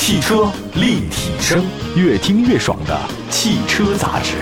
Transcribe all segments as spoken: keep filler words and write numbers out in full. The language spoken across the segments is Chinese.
汽车立体声，越听越爽的汽车杂志。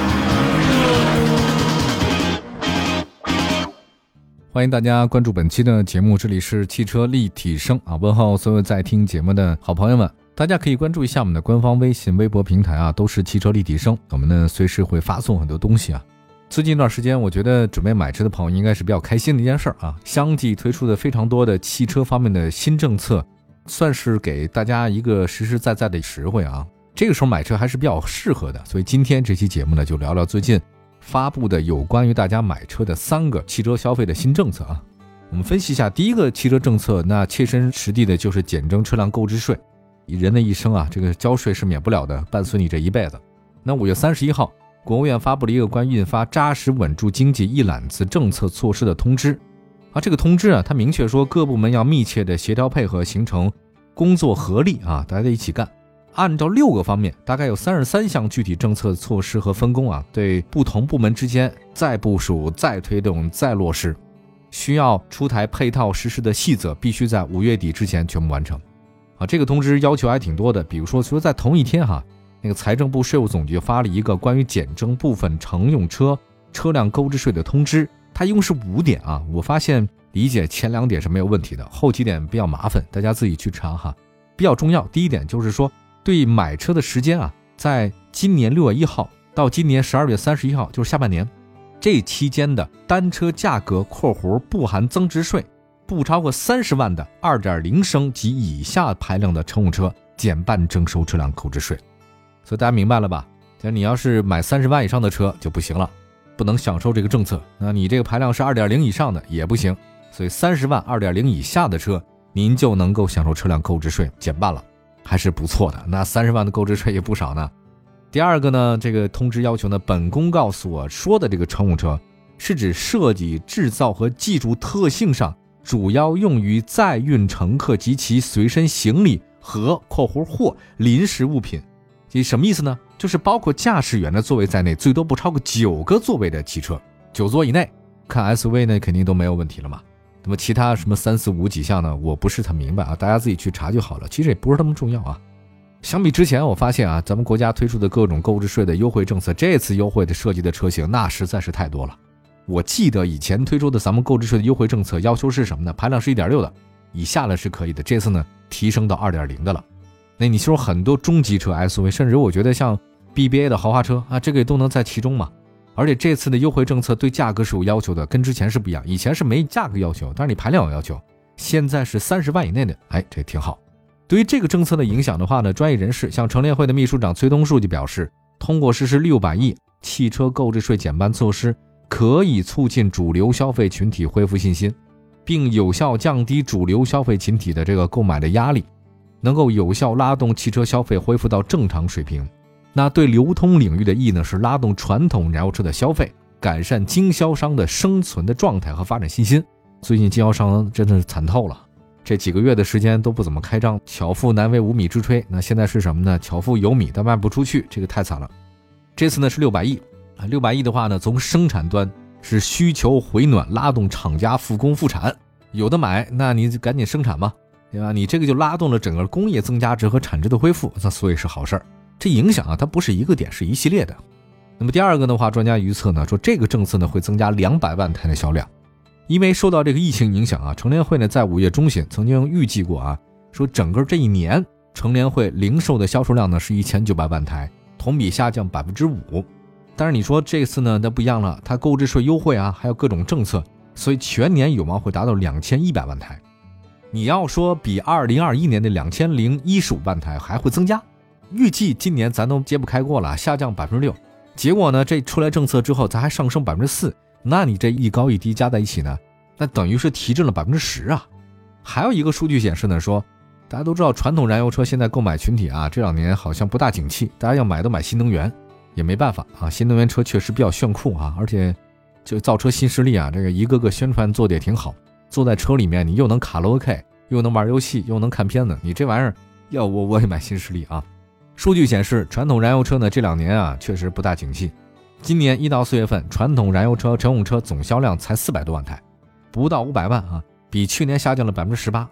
欢迎大家关注本期的节目，这里是汽车立体声啊！问候所有在听节目的好朋友们，大家可以关注一下我们的官方微信、微博平台啊，都是汽车立体声。我们呢随时会发送很多东西啊。最近一段时间，我觉得准备买车的朋友应该是比较开心的一件事啊。相继推出的非常多的汽车方面的新政策，算是给大家一个实实在在的实惠啊。这个时候买车还是比较适合的，所以今天这期节目呢，就聊聊最近发布的有关于大家买车的三个汽车消费的新政策啊。我们分析一下第一个汽车政策，那切身实地的就是减征车辆购置税。人的一生啊，这个交税是免不了的，伴随你这一辈子。那五月三十一号，国务院发布了一个关于印发扎实稳住经济一揽子政策措施的通知啊。这个通知啊，它明确说各部门要密切的协调配合，形成工作合力啊，大家一起干。按照六个方面，大概有三十三项具体政策措施和分工啊，对不同部门之间再部署、再推动、再落实，需要出台配套实施的细则，必须在五月底之前全部完成啊。这个通知要求还挺多的，比如说说在同一天哈，那个财政部税务总局发了一个关于减征部分乘用车车辆购置税的通知，它一共是五点啊。我发现理解前两点是没有问题的，后几点比较麻烦，大家自己去查哈。比较重要，第一点就是说，对买车的时间啊，在今年六月一号到今年十二月三十一号，就是下半年这期间的单车价格（括弧不含增值税）不超过三十万的 二点零 升及以下排量的乘用车减半征收车辆购置税。所以大家明白了吧？就是你要是买三十万以上的车就不行了，不能享受这个政策。那你这个排量是 二点零 以上的也不行，所以三十万 二点零 以下的车您就能够享受车辆购置税减半了，还是不错的。那三十万的购置税也不少呢。第二个呢，这个通知要求呢，本公告所说的这个乘用车是指设计、制造和技术特性上主要用于载运乘客及其随身行李和（括弧或）临时物品。这什么意思呢？就是包括驾驶员的座位在内，最多不超过九个座位的汽车，九座以内，看 S U V 呢肯定都没有问题了嘛。那么其他什么三四五几项呢，我不是很明白啊，大家自己去查就好了，其实也不是那么重要啊。相比之前，我发现啊，咱们国家推出的各种购置税的优惠政策，这次优惠的设计的车型那实在是太多了。我记得以前推出的咱们购置税的优惠政策要求是什么呢？排量是 一点六 的，以下的是可以的，这次呢提升到 二点零 的了。那你说很多中级车 S U V， 甚至我觉得像 B B A 的豪华车啊，这个都能在其中嘛。而且这次的优惠政策对价格是有要求的，跟之前是不一样，以前是没价格要求，但是你排量有要求，现在是三十万以内的，哎，这挺好。对于这个政策的影响的话呢，专业人士像乘联会的秘书长崔东树就表示，通过实施六百亿汽车购置税减半措施，可以促进主流消费群体恢复信心，并有效降低主流消费群体的这个购买的压力，能够有效拉动汽车消费恢复到正常水平。那对流通领域的意义呢，是拉动传统燃油车的消费，改善经销商的生存的状态和发展信心。最近经销商真的是惨透了，这几个月的时间都不怎么开张，巧妇难为无米之炊。那现在是什么呢？巧妇有米但卖不出去，这个太惨了。这次呢是六百亿，六百亿的话呢，从生产端是需求回暖，拉动厂家复工复产，有的买，那你赶紧生产吧，对吧？你这个就拉动了整个工业增加值和产值的恢复，那所以是好事儿。这影响啊，它不是一个点，是一系列的。那么第二个的话，专家预测呢，说这个政策呢会增加两百万台的销量。因为受到这个疫情影响啊，乘联会呢在五月中旬曾经预计过啊，说整个这一年乘联会零售的销售量呢是一千九百万台，同比下降 百分之五。 但是你说这次呢那不一样了，它购置税优惠啊，还有各种政策，所以全年有望会达到两千一百万台。你要说比二零二一年的两千零一十五万台还会增加，预计今年咱都揭不开过了，下降 百分之六。 结果呢这出来政策之后咱还上升 百分之四， 那你这一高一低加在一起呢，那等于是提振了 百分之十 啊。还有一个数据显示呢，说大家都知道传统燃油车现在购买群体啊，这两年好像不大景气，大家要买都买新能源，也没办法啊，新能源车确实比较炫酷啊，而且就造车新势力啊，这个一个个宣传做的也挺好，坐在车里面你又能卡拉 OK， 又能玩游戏，又能看片子，你这玩意儿要我我也买新势力啊。数据显示，传统燃油车呢这两年啊确实不大景气。今年一到四月份，传统燃油车、乘用车总销量才四百多万台，不到五百万啊，比去年下降了 百分之十八。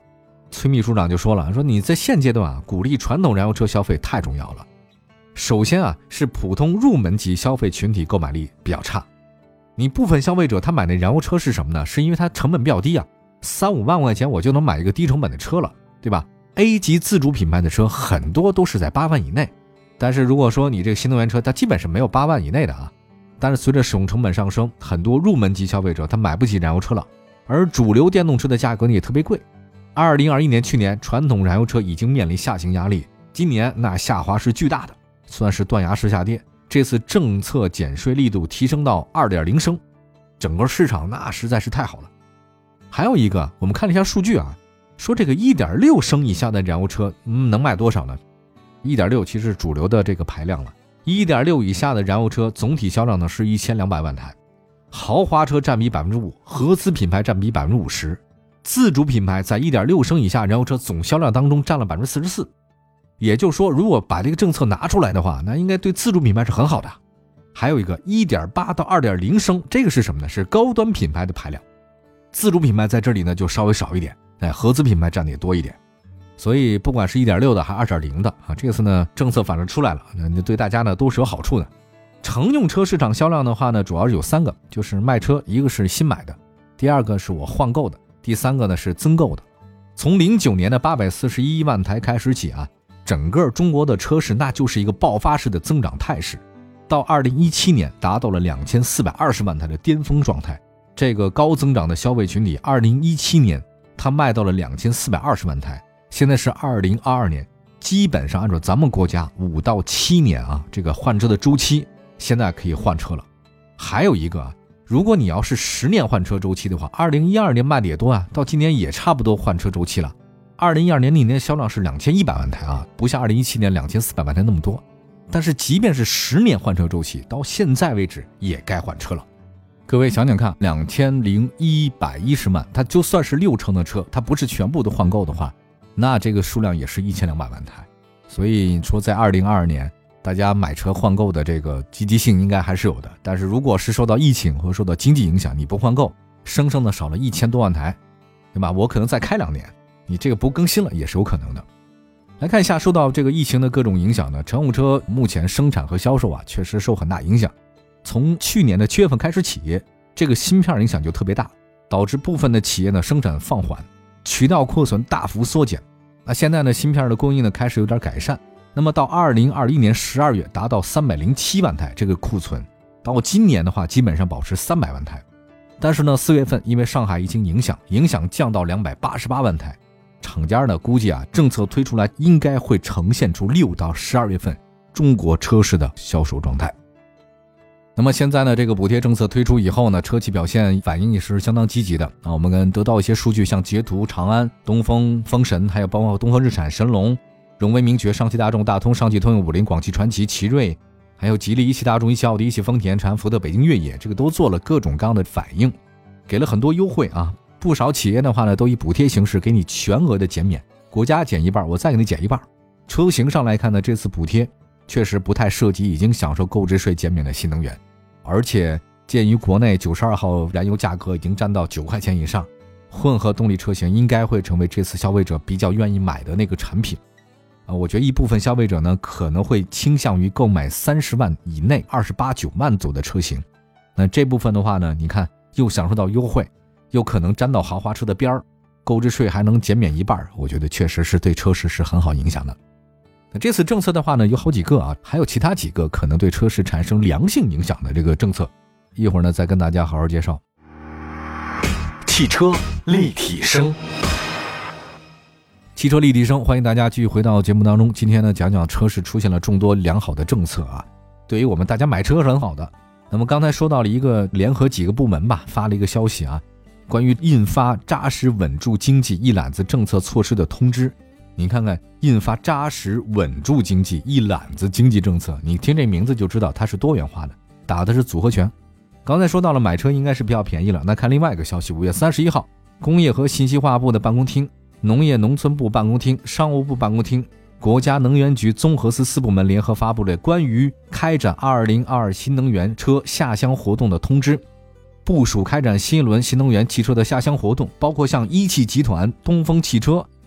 崔秘书长就说了，说你在现阶段啊，鼓励传统燃油车消费太重要了。首先啊，是普通入门级消费群体购买力比较差。你部分消费者他买那燃油车是什么呢？是因为它成本比较低啊，三五万块钱我就能买一个低成本的车了，对吧？ A 级自主品牌的车很多都是在八万以内，但是如果说你这个新能源车，它基本是没有八万以内的啊。但是随着使用成本上升，很多入门级消费者他买不起燃油车了，而主流电动车的价格呢也特别贵。二零二一年去年，传统燃油车已经面临下行压力，今年那下滑是巨大的，算是断崖式下跌。这次政策减税力度提升到 二点零 升，整个市场那实在是太好了。还有一个，我们看了一下数据啊，说这个 一点六 升以下的燃油车、嗯、能卖多少呢？ 一点六 其实是主流的这个排量了， 一点六 以下的燃油车总体销量呢是一千两百万台，豪华车占比 百分之五， 合资品牌占比 百分之五十， 自主品牌在 一点六 升以下燃油车总销量当中占了 百分之四十四。 也就是说，如果把这个政策拿出来的话，那应该对自主品牌是很好的。还有一个 一点八 到 二点零 升，这个是什么呢？是高端品牌的排量，自主品牌在这里呢就稍微少一点，哎，合资品牌占的也多一点。所以不管是 一点六 的还是 二点零 的啊，这次呢政策反正出来了，那对大家呢都是有好处的。乘用车市场销量的话呢，主要是有三个，就是卖车，一个是新买的，第二个是我换购的，第三个呢是增购的。从零九年的八百四十一万台开始起啊，整个中国的车市那就是一个爆发式的增长态势，到二零一七年达到了两千四百二十万台的巅峰状态。这个高增长的消费群体，二零一七年它卖到了两千四百二十万台，现在是二零二二年，基本上按照咱们国家五到七年啊这个换车的周期，现在可以换车了。还有一个啊，如果你要是十年换车周期的话，二零一二年卖的也多啊，到今年也差不多换车周期了。二零一二年那年销量是两千一百万台啊，不像二零一七年两千四百万台那么多。但是即便是十年换车周期，到现在为止也该换车了。各位想想看，两千零一百一十万，它就算是六成的车，它不是全部都换购的话，那这个数量也是一千两百万台。所以说在二零二二年，大家买车换购的这个积极性应该还是有的。但是如果是受到疫情或者受到经济影响，你不换购，生生的少了一千多万台，对吧？我可能再开两年，你这个不更新了也是有可能的。来看一下受到这个疫情的各种影响呢，乘用车目前生产和销售啊确实受很大影响。从去年的七月份开始起，这个芯片影响就特别大，导致部分的企业呢生产放缓，渠道库存大幅缩减。那现在呢芯片的供应呢开始有点改善，那么到二零二一年十二月达到三百零七万台这个库存，到今年的话基本上保持三百万台。但是呢四月份因为上海疫情影响，影响降到两百八十八万台。厂家呢估计啊，政策推出来应该会呈现出六到十二月份中国车市的销售状态。那么现在呢，这个补贴政策推出以后呢，车企表现反应也是相当积极的啊。我们跟得到一些数据，像捷途、长安、东风、风神，还有包括东风日产、神龙、荣威、名爵、上汽大众、大通、上汽通用、五菱、广汽传祺、奇瑞，还有吉利、一汽大众、一汽奥迪、一汽丰田、长安福特、北京越野，这个都做了各种各样的反应，给了很多优惠啊。不少企业的话呢，都以补贴形式给你全额的减免，国家减一半，我再给你减一半。车型上来看呢，这次补贴确实不太涉及已经享受购置税减免的新能源，而且鉴于国内九十二号燃油价格已经占到九块钱以上，混合动力车型应该会成为这次消费者比较愿意买的那个产品。啊，我觉得一部分消费者呢可能会倾向于购买三十万以内、二十八九万左右的车型。那这部分的话呢，你看又享受到优惠，又可能沾到豪华车的边儿，购置税还能减免一半，我觉得确实是对车市是很好影响的。那这次政策的话呢，有好几个啊，还有其他几个可能对车市产生良性影响的这个政策，一会儿呢再跟大家好好介绍。 汽车立体声， 汽车立体声，欢迎大家继续回到节目当中。今天呢讲讲车市出现了众多良好的政策啊，对于我们大家买车是很好的。那么刚才说到了一个联合几个部门吧，发了一个消息啊，关于印发扎实稳住经济一揽子政策措施的通知。你看看，印发扎实稳住经济一揽子经济政策，你听这名字就知道它是多元化的，打的是组合拳。刚才说到了买车应该是比较便宜了，那看另外一个消息，五月三十一号，工业和信息化部的办公厅、农业农村部办公厅、商务部办公厅、国家能源局综合司四部门联合发布了关于开展二零二二新能源车下乡活动的通知，部署开展新一轮新能源汽车的下乡活动，包括像一汽集团、东风汽车、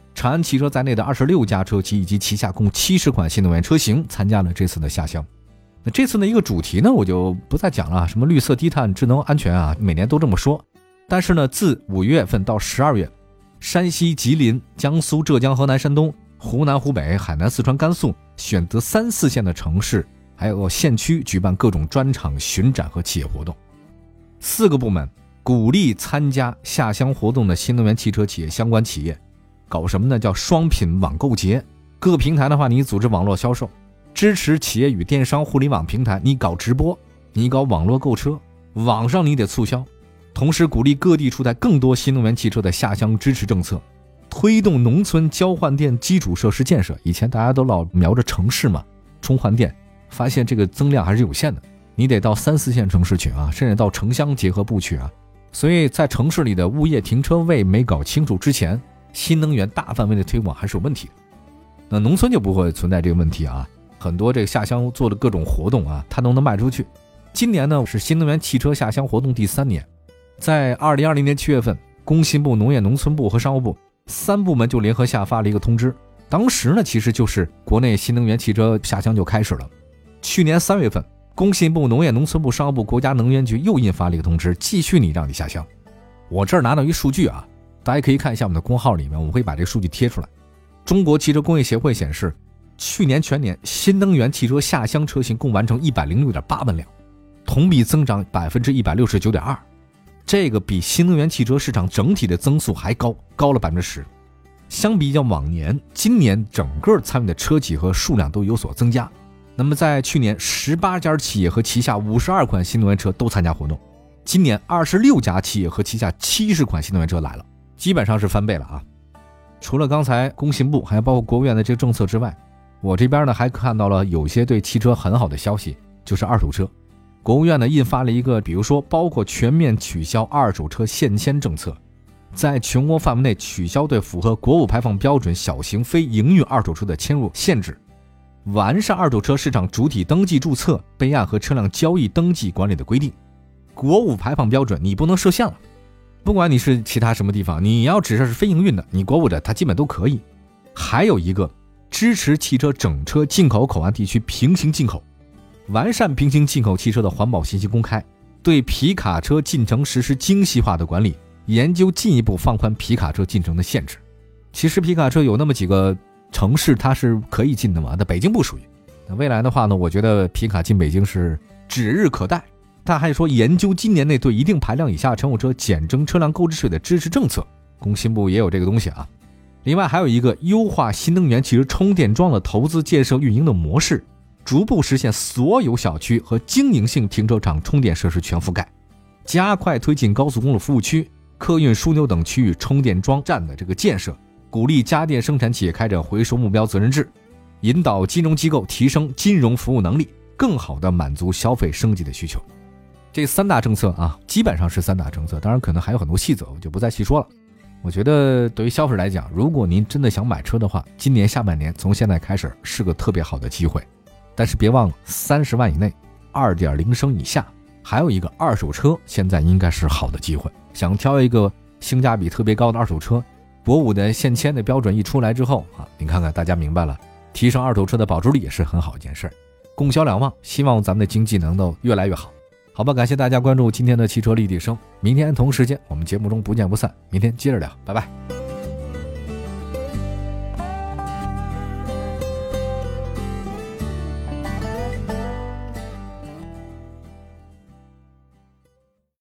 长安汽车在内的二十六家车企以及旗下共七十款新能源车型参加了这次的下乡。那这次的一个主题呢，我就不再讲了，什么绿色低碳、智能安全啊，每年都这么说。但是呢，自五月份到十二月，山西、吉林、江苏、浙江、河南、山东、湖南、湖北、海南、四川、甘肃选择三四线的城市还有县区举办各种专场巡展和企业活动。四个部门鼓励参加下乡活动的新能源汽车企业相关企业搞什么呢？叫双品网购节。各个平台的话，你组织网络销售，支持企业与电商互联网平台，你搞直播，你搞网络购车，网上你得促销。同时鼓励各地出台更多新能源汽车的下乡支持政策，推动农村交换电基础设施建设。以前大家都老瞄着城市嘛，充换电，发现这个增量还是有限的，你得到三四线城市去啊，甚至到城乡结合部去啊。所以在城市里的物业停车位没搞清楚之前，新能源大范围的推广还是有问题的。那农村就不会存在这个问题啊，很多这个下乡做的各种活动啊，它都能卖出去。今年呢是新能源汽车下乡活动第三年，在二零二零年七月份，工信部、农业农村部和商务部三部门就联合下发了一个通知。当时呢，其实就是国内新能源汽车下乡就开始了。去年三月份，工信部、农业农村部、商务部、国家能源局又印发了一个通知，继续你让你下乡。我这儿拿到一数据啊，大家可以看一下我们的公号里面，我们会把这个数据贴出来。中国汽车工业协会显示，去年全年新能源汽车下乡车型共完成一百零六点八万辆，同比增长百分之一百六十九点二。这个比新能源汽车市场整体的增速还高，高了百分之十。相比较往年，今年整个参与的车企和数量都有所增加。那么在去年，十八家企业和旗下五十二款新能源车都参加活动，今年二十六家企业和旗下七十款新能源车来了，基本上是翻倍了啊。除了刚才工信部还有包括国务院的这个政策之外，我这边呢还看到了有些对汽车很好的消息，就是二手车。国务院呢印发了一个，比如说包括全面取消二手车限迁政策，在全国范围内取消对符合国五排放标准小型非营运二手车的迁入限制，完善二手车市场主体登记注册、备案和车辆交易登记管理的规定。国五排放标准你不能设限了，不管你是其他什么地方，你要只是非营运的，你国五的它基本都可以。还有一个支持汽车整车进口口岸地区平行进口，完善平行进口汽车的环保信息公开，对皮卡车进城实施精细化的管理，研究进一步放宽皮卡车进城的限制。其实皮卡车有那么几个城市它是可以进的嘛，那北京不属于。那未来的话呢，我觉得皮卡进北京是指日可待。他还说研究今年内对一定排量以下乘用车减征车辆购置税的支持政策，工信部也有这个东西啊。另外还有一个优化新能源汽车充电桩的投资建设运营的模式，逐步实现所有小区和经营性停车场充电设施全覆盖，加快推进高速公路服务区、客运枢纽等区域充电桩站的这个建设，鼓励家电生产企业开展回收目标责任制，引导金融机构提升金融服务能力，更好地满足消费升级的需求。这三大政策啊，基本上是三大政策，当然可能还有很多细则，我就不再细说了。我觉得对于消费者来讲，如果您真的想买车的话，今年下半年从现在开始是个特别好的机会。但是别忘了三十万以内 二点零 升以下，还有一个二手车，现在应该是好的机会。想挑一个性价比特别高的二手车，国五的限迁的标准一出来之后啊，你看看大家明白了，提升二手车的保值率也是很好一件事。供销两旺，希望咱们的经济能够越来越好。好吧，感谢大家关注今天的汽车立体声，明天同时间我们节目中不见不散，明天接着聊，拜拜。